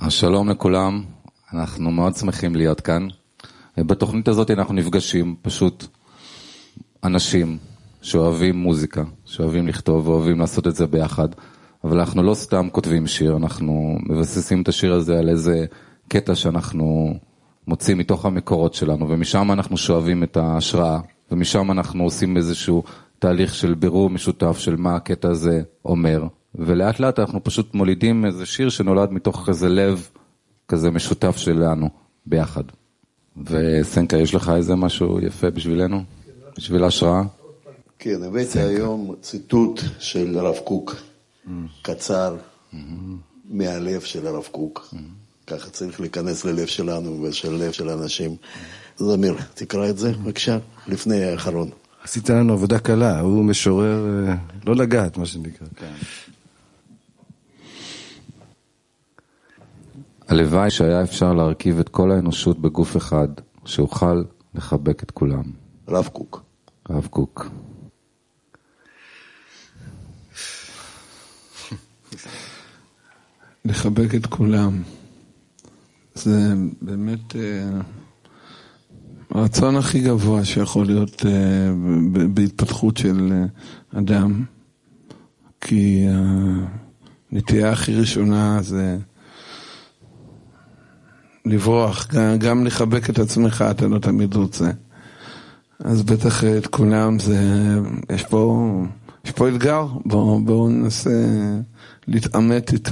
שלום לכולם, אנחנו מאוד שמחים להיות כאן. בתוכנית הזאת אנחנו נפגשים פשוט אנשים שאוהבים מוזיקה, שאוהבים לכתוב ואוהבים לעשות את זה ביחד, אבל אנחנו לא סתם כותבים שיר, אנחנו מבססים את השיר הזה על איזה קטע שאנחנו מוצאים מתוך המקורות שלנו, ומשם אנחנו שואבים את ההשראה, ומשם אנחנו עושים איזשהו תהליך של בירור משותף של מה הקטע הזה אומר, ולאט לאט אנחנו פשוט מולידים איזה שיר שנולד מתוך איזה לב כזה משותף שלנו ביחד. וסנקה, יש לך איזה משהו יפה בשבילנו? בשביל ההשראה? כן, הבאתי היום ציטוט של הרב קוק, קצר מהלב של הרב קוק. ככה צריך להיכנס ללב שלנו ושל לב של האנשים. זמיר, תקרא את זה בבקשה, לפני האחרון. עשית לנו עבודה קלה, הוא משורר לא לגעת, מה שנקרא. הלוואי שהיה אפשר להרכיב את כל האנושות בגוף אחד, שאוכל לחבק את כולם. רב קוק. רב קוק. לחבק את כולם. זה באמת הרצון הכי גבוה שיכול להיות בהתפתחות של אדם, כי הנטייה הכי ראשונה זה לברוח, גם לחבק את עצמך, אתה לא תמיד רוצה. אז בטח את כולם יש פה אתגר, בואו ננסה להתעמת איתו.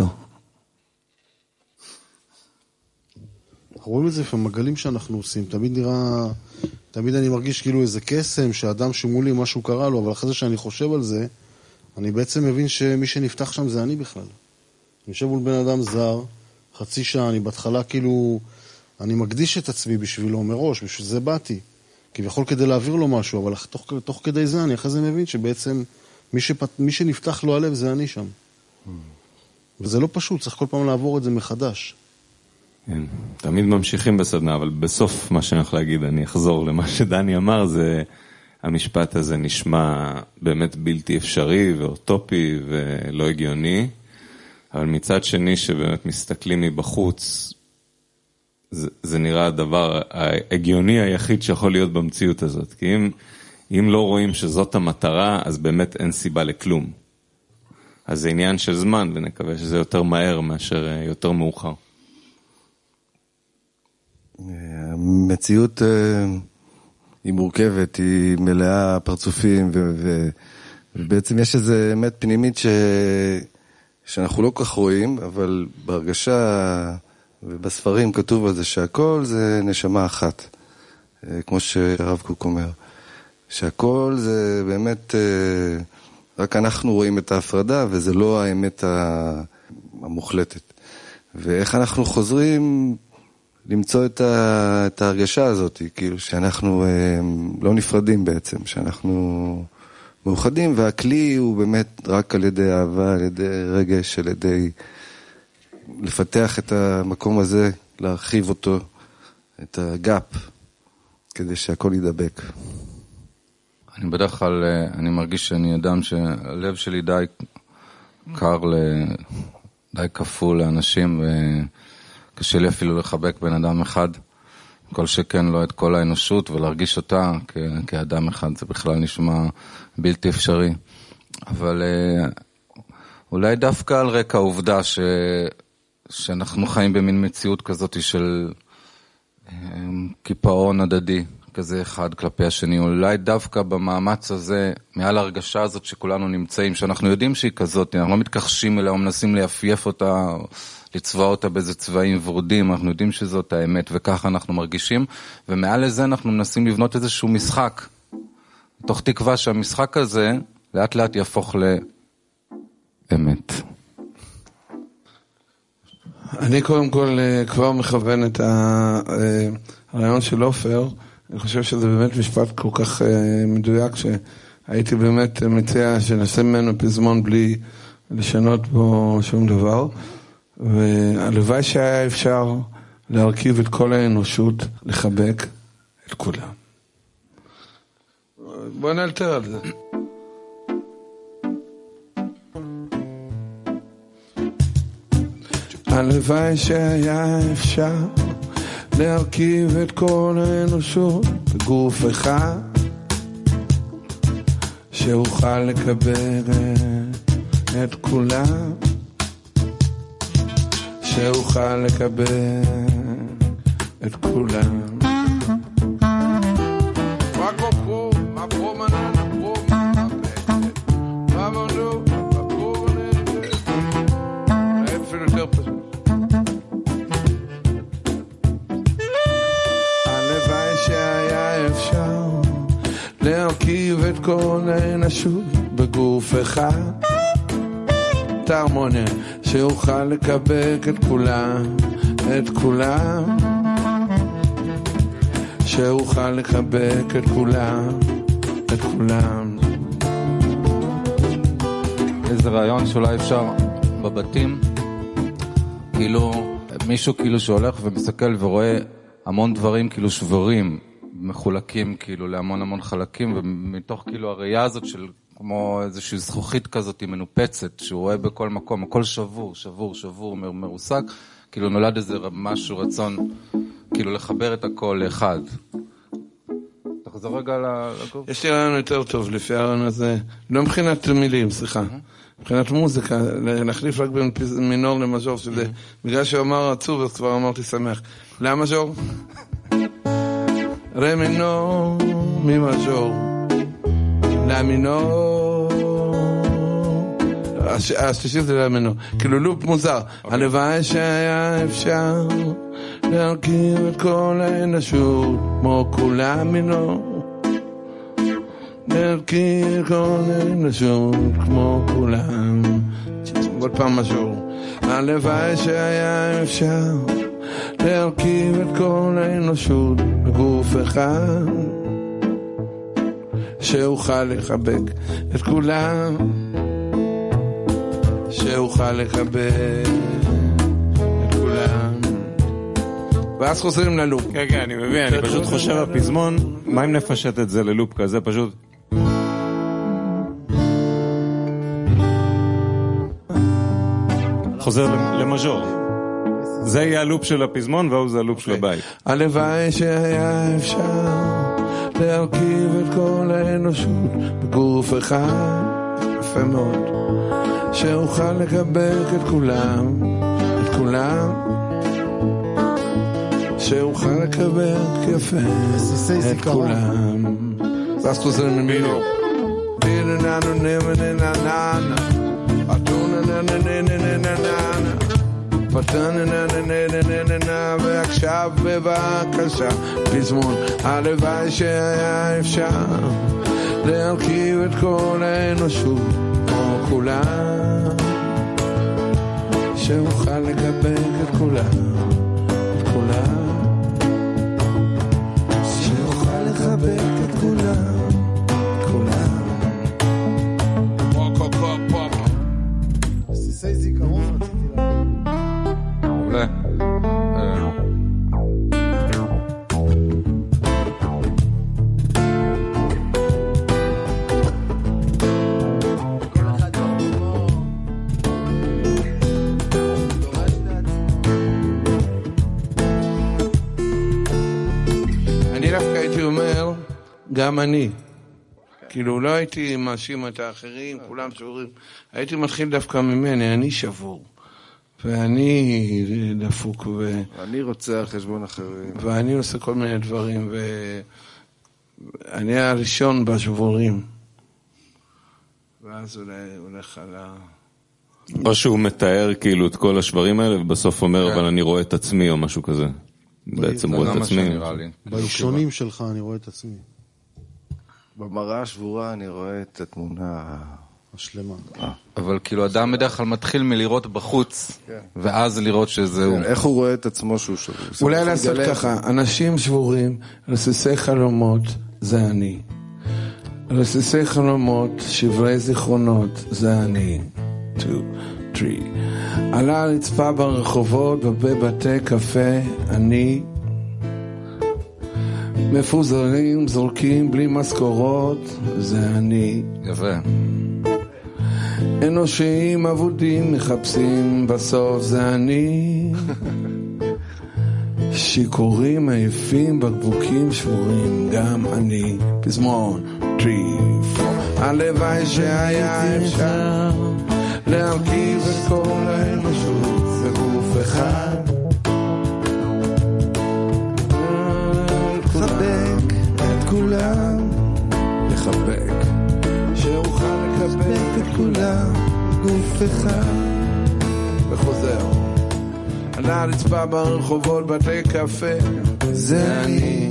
אנחנו רואים את זה במגלים שאנחנו עושים, תמיד אני מרגיש כאילו איזה קסם, שאדם שמולי משהו קרה לו, אבל אחרי זה שאני חושב על זה, אני בעצם מבין שמי שנפתח שם זה אני בכלל. אני יושב מול בן אדם זר, חצי שעה, אני בהתחלה כאילו, אני מקדיש את עצמי בשבילו מראש, בשביל זה באתי, כביכול כדי להעביר לו משהו, אבל תוך כדי זה אני אחרי זה מבין שבעצם מי שנפתח לו הלב זה אני שם. וזה לא פשוט, צריך כל פעם לעבור את זה מחדש. כן, תמיד ממשיכים בסדנה, אבל בסוף מה שאני יכול להגיד, אני אחזור למה שדני אמר, זה המשפט הזה נשמע באמת בלתי אפשרי ואוטופי ולא הגיוני, אבל מצד שני שבאמת מסתכלים מבחוץ, זה נראה הדבר ההגיוני היחיד שיכול להיות במציאות הזאת, כי אם לא רואים שזאת המטרה, אז באמת אין סיבה לכלום. אז זה עניין של זמן, ונקווה שזה יותר מהר מאשר יותר מאוחר. המציאות היא מורכבת, היא מלאה פרצופים, ובעצם יש איזו אמת פנימית שאנחנו לא כל כך רואים, אבל בהרגשה ובספרים כתוב על זה שהכל זה נשמה אחת, כמו שהרב קוק אומר, שהכל זה באמת, רק אנחנו רואים את ההפרדה, וזה לא האמת המוחלטת. ואיך אנחנו חוזרים למצוא את ההרגשה הזאת, כאילו שאנחנו לא נפרדים בעצם, שאנחנו מאוחדים, והכלי הוא באמת רק על ידי אהבה, על ידי רגש, על ידי לפתח את המקום הזה, להרחיב אותו, את הגאפ, כדי שהכל ידבק. אני בדרך כלל, אני מרגיש שאני אדם שהלב שלי די קר, די כפול לאנשים, וקשה לי אפילו לחבק בן אדם אחד, כל שכן לא את כל האנושות, ולהרגיש אותה כאדם אחד, זה בכלל נשמע בלתי אפשרי. אבל אולי דווקא על רקע העובדה שאנחנו חיים במין מציאות כזאת של קיפאון הדדי, כזה אחד כלפי השני, אולי דווקא במאמץ הזה, מעל הרגשה הזאת שכולנו נמצאים, שאנחנו יודעים שהיא כזאת, אנחנו לא מתכחשים אליה, מנסים להפייף אותה, לצבע אותה באיזה צבעים ורודים, אנחנו יודעים שזאת האמת, וככה אנחנו מרגישים, ומעל לזה אנחנו מנסים לבנות איזשהו משחק, תוך תקווה שהמשחק הזה לאט לאט יהפוך לאמת. אני קודם כל כבר מכוון את הרעיון של אופר, אני חושב שזה באמת משפט כל כך מדויק, שהייתי באמת מציע שנעשה ממנו פזמון בלי לשנות בו שום דבר, והלוואי שהיה אפשר להרכיב את כל האנושות, לחבק את כולם. בואו נלתר על זה. הלוואי שהיה אפשר להרכיב את כל האנושות בגוף אחד, שאוכל לקבל את כולם, שאוכל לקבל את כולם. הלוואי שהיה אפשר להרכיב את כל האנושות בגוף אחד, את ההרמוניה שאוכל לקבק את כולם, את כולם, שאוכל לקבק את כולם, את כולם. איזה רעיון שאולי אפשר בבתים, כאילו מישהו כאילו שהולך ומסתכל ורואה המון דברים כאילו שברים, מחולקים כאילו להמון המון חלקים, ומתוך כאילו הראייה הזאת של כמו איזושהי זכוכית כזאת מנופצת, שהוא רואה בכל מקום, הכל שבור, שבור, שבור, מרוסק, כאילו נולד איזה משהו, רצון, כאילו לחבר את הכל לאחד. תחזור רגע לגוף. יש לי רעיון יותר טוב לפי הרעיון הזה, לא מבחינת מילים, סליחה, מבחינת מוזיקה, להחליף רק בין מינור למז'ור, שזה בגלל שהוא אמר עצוב, אז כבר אמרתי שמח. למה מז'ור? רה מינור ממז'ור. למינור, השלישי זה למינור, כאילו לופ מוזר. הלוואי שהיה אפשר להרכיב את כל האנושות כמו כולם מינור, להרכיב את כל האנושות כמו כולם. עוד פעם מז'ור. הלוואי שהיה אפשר להרכיב את כל האנושות בגוף אחד, שאוכל לחבק את כולם, שאוכל לחבק את כולם. ואז חוזרים ללופ. כן, כן, אני מבין, אני פשוט חושב הפזמון, מה אם נפשט את זה ללופ כזה, פשוט חוזר למז'ור. זה יהיה הלופ של הפזמון והוא זה הלופ של הבית. הלוואי שהיה אפשר להרכיב את כל האנושות בגוף אחד, יפה מאוד, שאוכל לקבק את כולם, את כולם, שאוכל לקבק יפה את כולם. ואז חוזרים ממנו ועכשיו בבקשה פזמון. הלוואי שהיה אפשר להרכיב את כל האנושות כמו כולם, שאוכל לקבק את כולם, את כולם, שאוכל לחבק את כולם, את כולם. בסיסי זיכרון רציתי מעולה. אני דווקא הייתי אומר, גם אני, כאילו לא הייתי מאשים את האחרים, כולם שבורים, הייתי מתחיל דווקא ממני, אני שבור, ואני דפוק, אני רוצה על חשבון אחרים, ואני עושה כל מיני דברים, ואני הראשון בשבורים, ואז אולי הולך על ה... או שהוא מתאר כאילו את כל השברים האלה ובסוף אומר אבל אני רואה את עצמי או משהו כזה. בעצם רואה את עצמי. בראשונים שלך אני רואה את עצמי. במראה השבורה אני רואה את התמונה השלמה. אבל כאילו אדם בדרך כלל מתחיל מלראות בחוץ, ואז לראות שזהו. איך הוא רואה את עצמו שהוא שבור? אולי לעשות ככה, אנשים שבורים, רסיסי חלומות, זה אני. רסיסי חלומות, שברי זיכרונות, זה אני. 2, 3. עלה רצפה ברחובות ובבתי קפה, אני. מפוזרים, זורקים בלי משכורות, זה אני. יפה. אנושיים אבודים מחפשים, בסוף זה אני. שיקורים עייפים, בקבוקים שבורים, גם אני. פזמון 3, 4. הלוואי שהיה אפשר להרכיב את כל האנושות בגוף אחד, לחבק את כולם, לחבק, שאוכל לחבק את כולם גוף אחד. וחוזר על הרצפה ברחובות, בתי קפה, זה אני.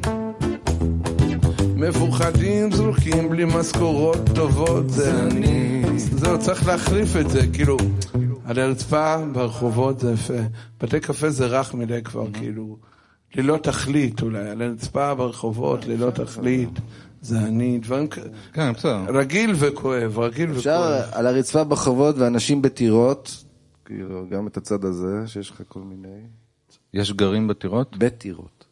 מפוחדים זרוקים בלי משכורות טובות, זה אני. זהו, צריך להחליף את זה, כאילו על הרצפה ברחובות זה יפה, בתי קפה זה רך מדי כבר, כאילו ללא תכלית אולי, על הרצפה ברחובות ללא תכלית, זה אני, דברים כן, בסדר. רגיל וכואב, רגיל וכואב. אפשר על הרצפה ברחובות ואנשים בטירות, כאילו גם את הצד הזה שיש לך כל מיני. יש גרים בטירות? בטירות.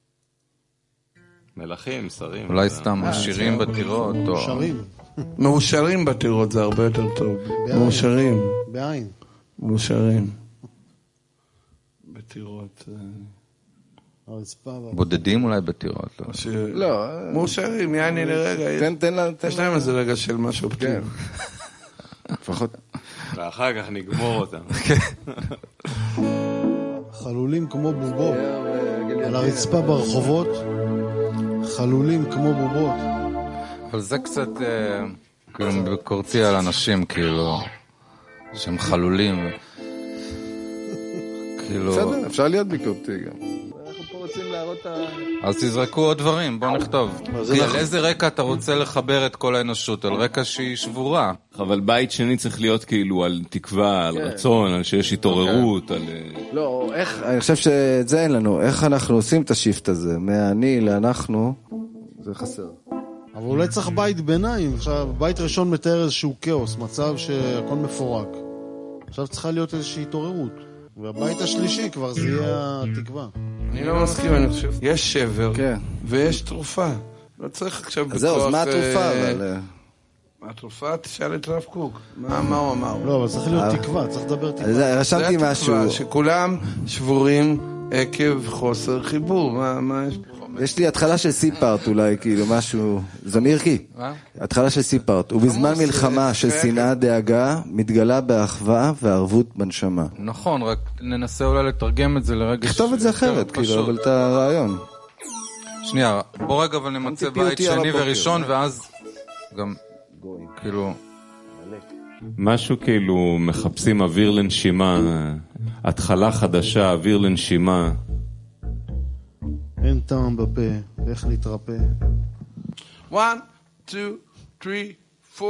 מלכים, שרים. אולי סתם עשירים בטירות, או... שרים. מאושרים בטירות זה הרבה יותר טוב. מאושרים. בעין. מאושרים. בטירות. בודדים אולי בטירות, לא? לא. מאושרים, יעני לרגע. יש להם איזה רגע של משהו פתאום. לפחות. ואחר כך נגמור אותם. חלולים כמו בובות. על הרצפה ברחובות. חלולים כמו בובות. אבל זה קצת כאילו ביקורתי על אנשים, כאילו שהם חלולים, כאילו... בסדר, אפשר להיות ביקורתי גם. אנחנו פה רוצים להראות אז תזרקו עוד דברים, בוא נכתוב. על איזה רקע אתה רוצה לחבר את כל האנושות? על רקע שהיא שבורה. אבל בית שני צריך להיות כאילו על תקווה, על רצון, על שיש התעוררות, על... לא, איך, אני חושב שאת זה אין לנו. איך אנחנו עושים את השיפט הזה? מהאני לאנחנו, זה חסר. אבל אולי צריך בית ביניים. עכשיו, בית ראשון מתאר איזשהו כאוס, מצב שהכל מפורק. עכשיו צריכה להיות איזושהי התעוררות. והבית השלישי כבר זה יהיה התקווה. אני לא מסכים, אני חושב. יש שבר, ויש תרופה. לא צריך עכשיו בכוח... זהו, אז מה התרופה? מה התרופה? תשאל את רב קוק. מה הוא אמר? לא, אבל צריך להיות תקווה, צריך לדבר תקווה. רשמתי משהו. זה התקווה, שכולם שבורים עקב חוסר חיבור. מה יש פה? יש לי התחלה של סיפארט אולי, כאילו משהו, זמיר קי, התחלה של סיפארט, ובזמן מלחמה של שנאה דאגה, מתגלה באחווה וערבות בנשמה. נכון, רק ננסה אולי לתרגם את זה לרגע. תכתוב את זה אחרת, כאילו, אבל את הרעיון. שנייה, בוא רגע אבל נמצא בית שני וראשון, ואז גם, כאילו... משהו כאילו מחפשים אוויר לנשימה, התחלה חדשה, אוויר לנשימה. אין טעם בפה, איך נתרפא? 1, 2, 3, 4.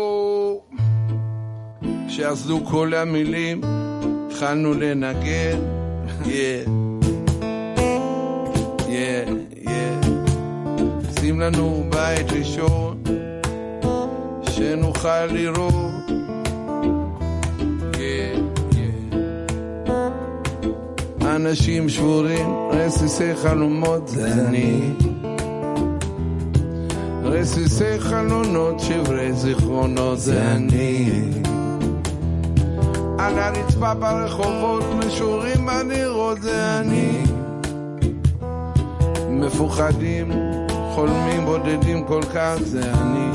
כשעזלו כל המילים, התחלנו לנגן. שים לנו בית ראשון, שנוכל לראות. אנשים שבורים, רסיסי חלומות, זה אני. רסיסי חלונות, שברי זיכרונות, זה אני. על הרצפה ברחובות, משורים בנירות, זה אני. מפוחדים, חולמים בודדים כל כך, זה אני.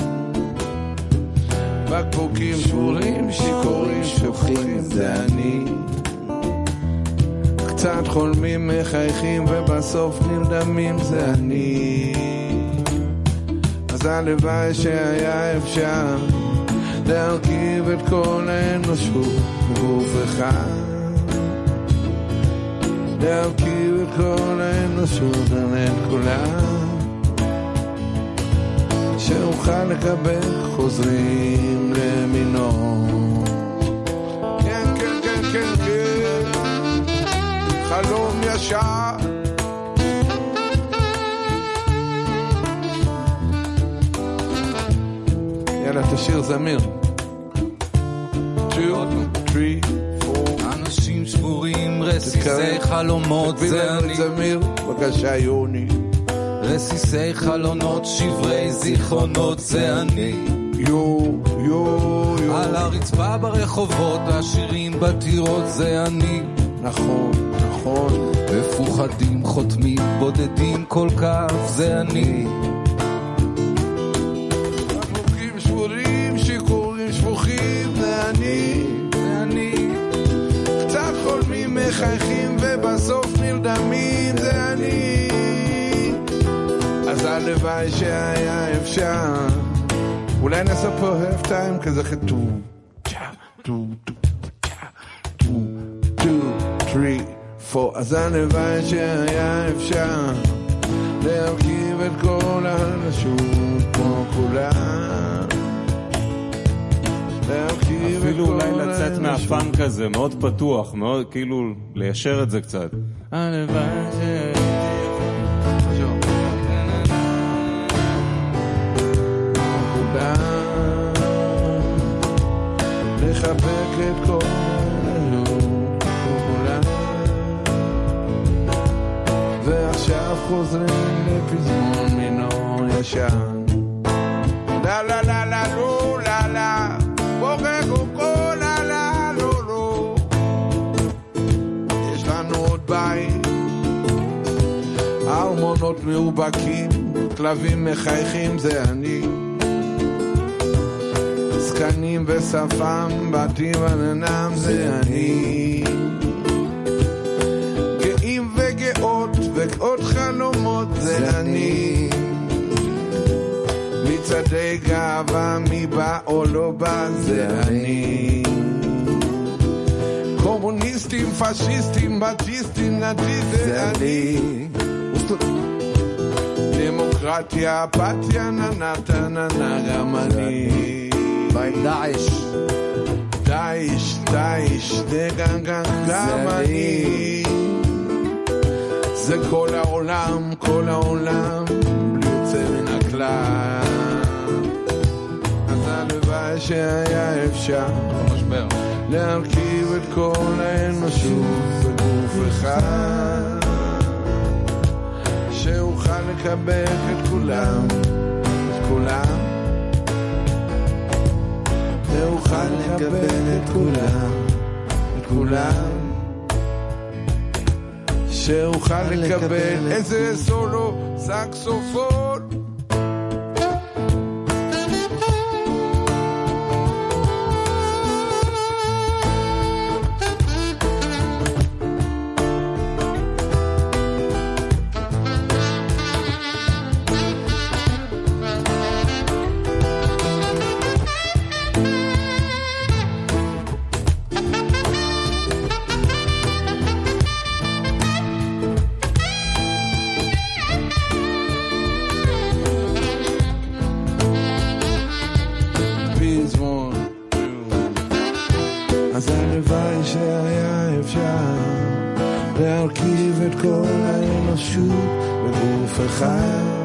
בקבוקים שבורים, שיקורים שפוכים, זה אני. קצת חולמים, מחייכים ובסוף נרדמים, זה אני. אז הלוואי שהיה אפשר להרכיב את כל האנושות בגוף אחד, להרכיב את כל האנושות את כולם, שאוכל לקבל חוזרים למינו. כן, כן, כן, כן, כן, חלום ישר. יאללה, תשיר זמיר. 2, 3, 4. אנשים שבורים, רסיסי חלומות, זה אני. זמיר, בבקשה יוני. רסיסי חלונות, שברי זיכרונות, זה אני. יו, יו, על הרצפה ברחובות, השירים בטירות, זה אני. נכון, נכון. מפוחדים, חותמים, בודדים כל כך, זה אני. חוקים שבורים, שיכורים שפוכים, זה אני. זה אני. קצת חולמים, מחייכים ובסוף נרדמים, זה אני. אז הלוואי שהיה אפשר, אולי נעשה פה half time כזה חטוב. 2, 3, 4. אז הלוואי שהיה אפשר להרכיב את כל האנושות כמו כולם, אפילו אולי לצאת מהפאנק הזה מאוד פתוח, מאוד כאילו ליישר את זה קצת. הלוואי לחבק את כל האנושות כולם, ועכשיו חוזרים לפזמון מינור ישן. לה לה לה לה לו לה לה בורק וכל לה לה לא לא. יש לנו עוד בית, ארמונות מאובקים, כלבים מחייכים, זה אני. זקנים ושפם, בתים עננם, זה אני. גאים וגאות וגאות חלומות, זה אני. מצעדי גאווה, מי בא או לא בא, זה אני. קומוניסטים, פשיסטים, בטיסטים, נאציסטים, זה אני. דמוקרטיה, אפתיה, ננתה, ננה, גם אני. דאעש, דאעש, דאעש, גם אני. זה כל העולם, כל העולם, בלי יוצא מן הכלל. אז הלוואי שהיה אפשר להרכיב את כל האנושות בגוף אחד, שאוכל לקבל את כולם, את כולם, שאוכל לקבל את כולם, את כולם, שאוכל לקבל איזה סולו סקסופון. אז הלוואי שהיה אפשר להרכיב את כל האנושות בגוף אחד,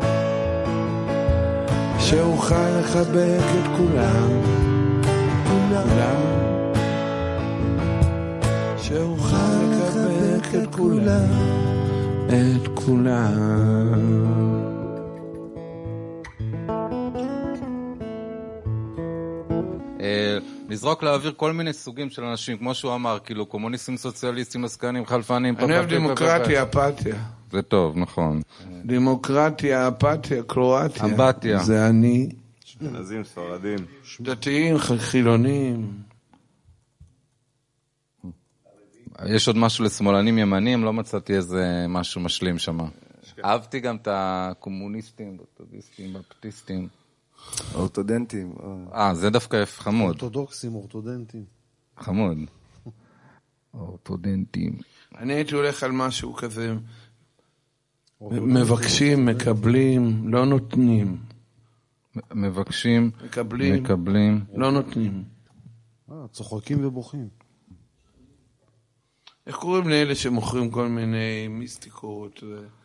שאוכל לחבק את כולם, כולם, שאוכל לחבק את כולם, את כולם. לזרוק לאוויר כל מיני סוגים של אנשים, כמו שהוא אמר, כאילו קומוניסטים, סוציאליסטים, עסקנים, חלפנים. אני אוהב דמוקרטיה, אפתיה. זה טוב, נכון. דמוקרטיה, אפתיה, קרואטיה. אמבטיה. זה אני. אשכנזים, ספרדים. דתיים, חילונים. יש עוד משהו לשמאלנים ימנים, לא מצאתי איזה משהו משלים שם. אהבתי גם את הקומוניסטים, בטודיסטים, בפטיסטים. אורתודנטים. זה דווקא חמוד. אורתודוקסים, אורתודנטים. חמוד. אורתודנטים. אני הייתי הולך על משהו כזה, מבקשים, מקבלים, לא נותנים. מבקשים, מקבלים, לא נותנים. צוחקים ובוכים. איך קוראים לאלה שמוכרים כל מיני מיסטיקות?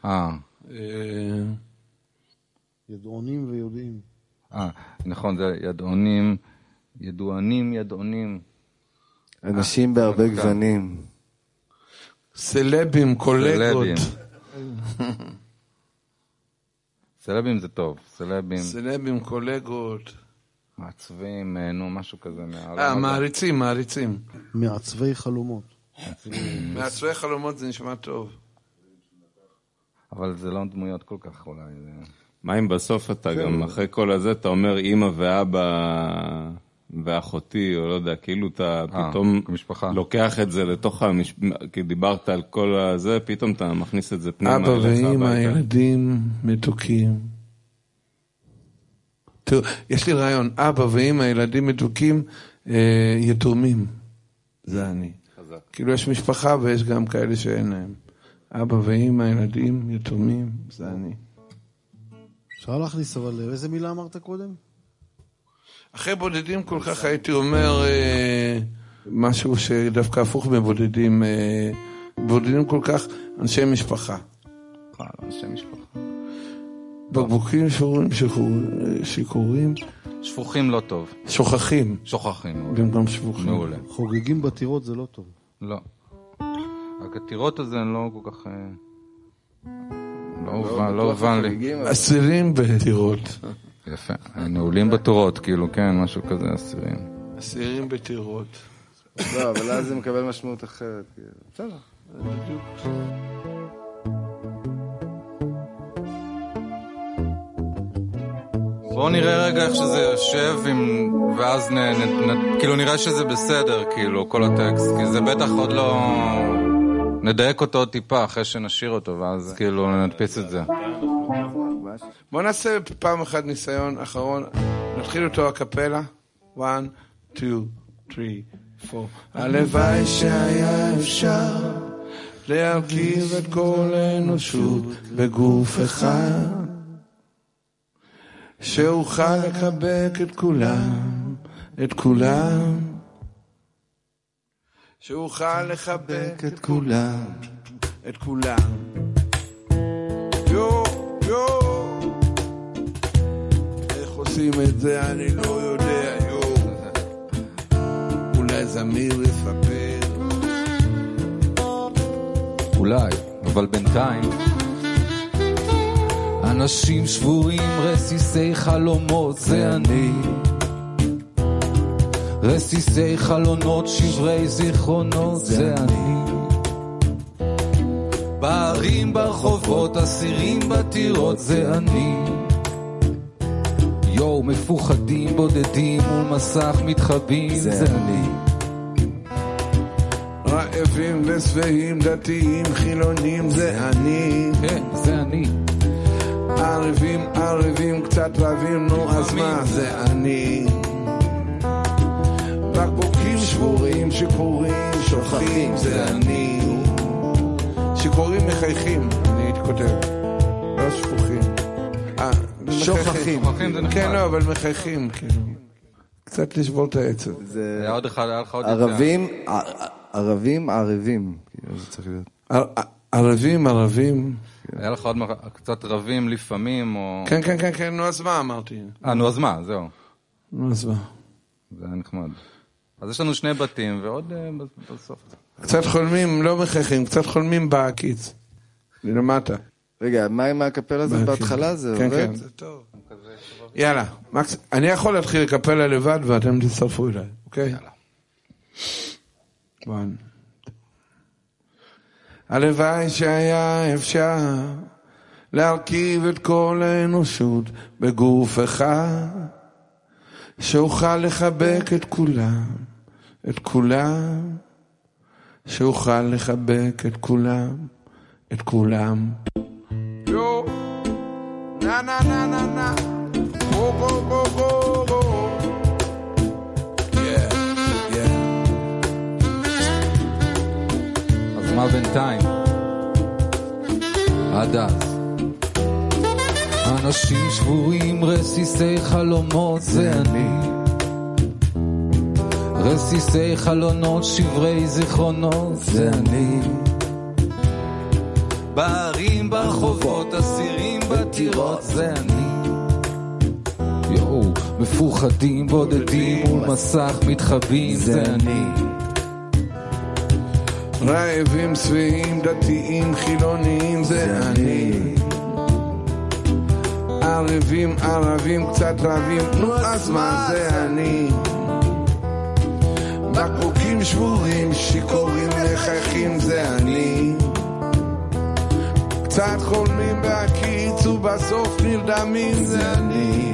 ידעונים ויודעים. נכון, זה ידעונים, ידעונים. אנשים בהרבה גוונים. סלבים, קולגות. סלבים זה טוב, סלבים. סלבים, קולגות. מעצבים, נו, משהו כזה. מעריצים. מעצבי חלומות. מעצבי חלומות זה נשמע טוב. אבל זה לא דמויות כל כך אולי. מה אם בסוף אתה גם אחרי כל הזה, אתה אומר אמא ואבא ואחותי, או לא יודע, כאילו אתה פתאום לוקח את זה לתוך כי דיברת על כל הזה, פתאום אתה מכניס את זה פנימה. אבא ואמא, ילדים מתוקים. תראו, יש לי רעיון, אבא ואמא, ילדים מתוקים, יתומים. זה אני. חזק. כאילו יש משפחה ויש גם כאלה שאין להם. אבא ואמא, ילדים, יתומים, זה אני. אפשר להכניס, אבל איזה מילה אמרת קודם? אחרי בודדים כל כך הייתי אומר משהו שדווקא הפוך מבודדים. בודדים כל כך אנשי משפחה. אנשי משפחה. בקבוקים שחורים, שיכורים. שפוכים לא טוב. שוכחים. והם גם שפוכים. מעולה. חוגגים בטירות זה לא טוב. לא. רק הטירות הזה הן לא כל כך... לא הובן לי. אסירים בטירות. יפה. נעולים בטירות, כאילו, כן, משהו כזה, אסירים. אסירים בטירות. לא, אבל אז זה מקבל משמעות אחרת. בסדר. בדיוק. בואו נראה רגע איך שזה יושב, ואז כאילו נראה שזה בסדר, כאילו, כל הטקסט, כי זה בטח עוד לא... נדייק אותו עוד טיפה אחרי שנשאיר אותו, ואז כאילו נדפיס את זה. בואו נעשה פעם אחת ניסיון אחרון, נתחיל אותו הקפלה, 1, 2, 3, 4. הלוואי שהיה אפשר להרכיב את כל האנושות בגוף אחד, שאוכל לחבק את כולם, את כולם, שאוכל לחבק את כולם, את כולם. יו, יו, איך עושים את זה אני לא יודע, יו. אולי זמיר יספר. אולי, אבל בינתיים אנשים שבורים, רסיסי חלומות, זה אני. רסיסי חלונות, שברי זיכרונות, זה אני. בערים, ברחובות, אסירים בטירות, זה אני. יו, מפוחדים, בודדים, מול מסך מתחבים, זה אני. רעבים ושבעים, דתיים, חילונים, זה אני. כן, זה אני. ערבים, קצת רבים, נו אז מה, זה אני. בקבוקים שבורים, שיכורים, שופכים, זה אני. שיכורים מחייכים, אני הייתי כותב, לא שפוכים. שוכחים. כן, לא, אבל מחייכים, כאילו. קצת לשבור את העצב. היה עוד אחד, היה לך עוד ערבים, כאילו זה צריך להיות. ערבים. היה לך עוד קצת רבים לפעמים, או... כן, נו אז מה אמרתי? נו אז מה, זהו. נו אז מה. זה היה נחמד. אז יש לנו 2 בתים, ועוד בסוף. קצת חולמים, לא מחייכים, קצת חולמים בעקיץ. מלמטה. רגע, מה עם הקפלה הזה בהתחלה? זה עובד? כן, זה טוב. יאללה, מקס, אני יכול להתחיל לקפלה לבד, ואתם תצטרפו אליי, אוקיי? יאללה. הלוואי שהיה אפשר להרכיב את כל האנושות בגוף אחד, שאוכל לחבק את כולם, את כולם, שאוכל לחבק את כולם, את כולם. יו, נה נה נה נה נה, בו בו בו בו בו. אז מה בינתיים? עד אז אנשים שבורים, רסיסי חלומות, זה אני. רסיסי חלונות, שברי זיכרונות, זה אני. בערים, ברחובות, אסירים בטירות, זה אני. יואו, מפוחדים, בודדים, מול מסך מתחבים, זה אני. רעבים, שבעים, דתיים, חילונים, זה אני. ערבים, ערבים, קצת רבים, נו אז מה זה אני? בקבוקים שבורים, שיכורים לחייכים, זה אני. קצת חולמים בהקיץ ובסוף נרדמים, זה אני.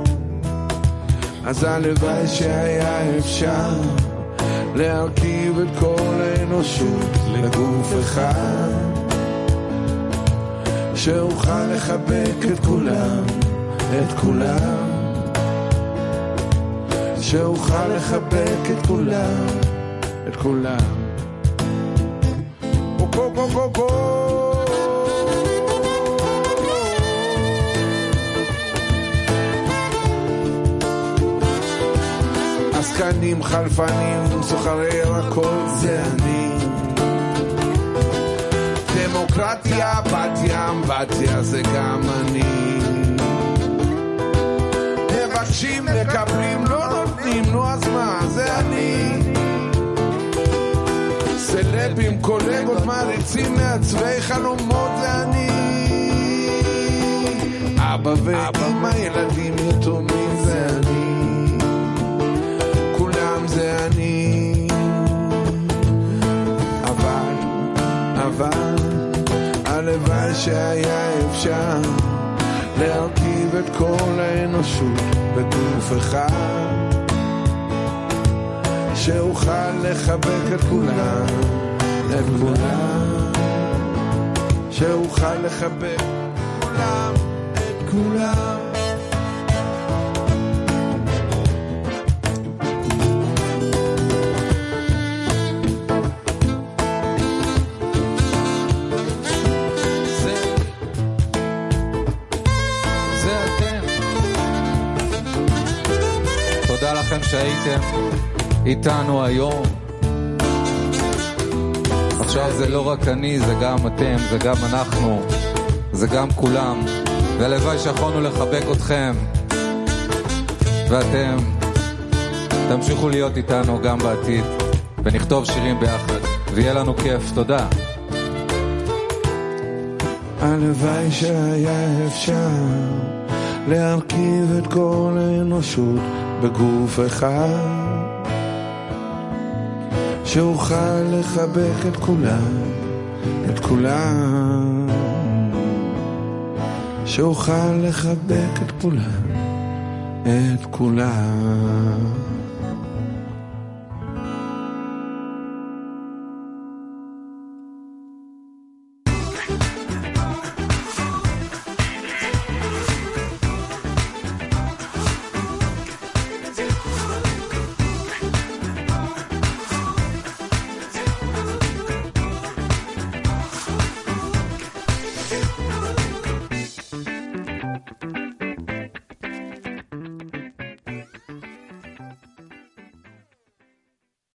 אז הלוואי שהיה אפשר להרכיב את כל האנושות לגוף אחד, שאוכל לחבק את כולם, את כולם, שאוכל לחבק את כולם, את כולם. בו בו בו בו עסקנים, חלפנים, סוחרי ירקות, זה אני. דמוקרטיה, בתיה, אמבטיה, זה גם אני. מבקשים, מקבלים, לא נותנים, נו אז מה, זה אני. סלבים, קולגות, מעריצים, מעצבי חלומות, זה אני. אבא ואמא, ילדים יתומים, זה אני. זה אני. אבל הלוואי שהיה אפשר להרכיב את כל האנושות בגוף אחד, שאוכל לחבק את כולם, את כולם, שאוכל לחבק את כולם, את כולם. תודה לכם שהייתם איתנו היום. עכשיו זה לא רק אני, זה גם אתם, זה גם אנחנו, זה גם כולם. והלוואי שיכולנו לחבק אתכם, ואתם תמשיכו להיות איתנו גם בעתיד, ונכתוב שירים ביחד, ויהיה לנו כיף. תודה. הלוואי שהיה אפשר להרכיב את כל האנושות בגוף אחד, שאוכל לחבק את כולם, את כולם, שאוכל לחבק את כולם, את כולם.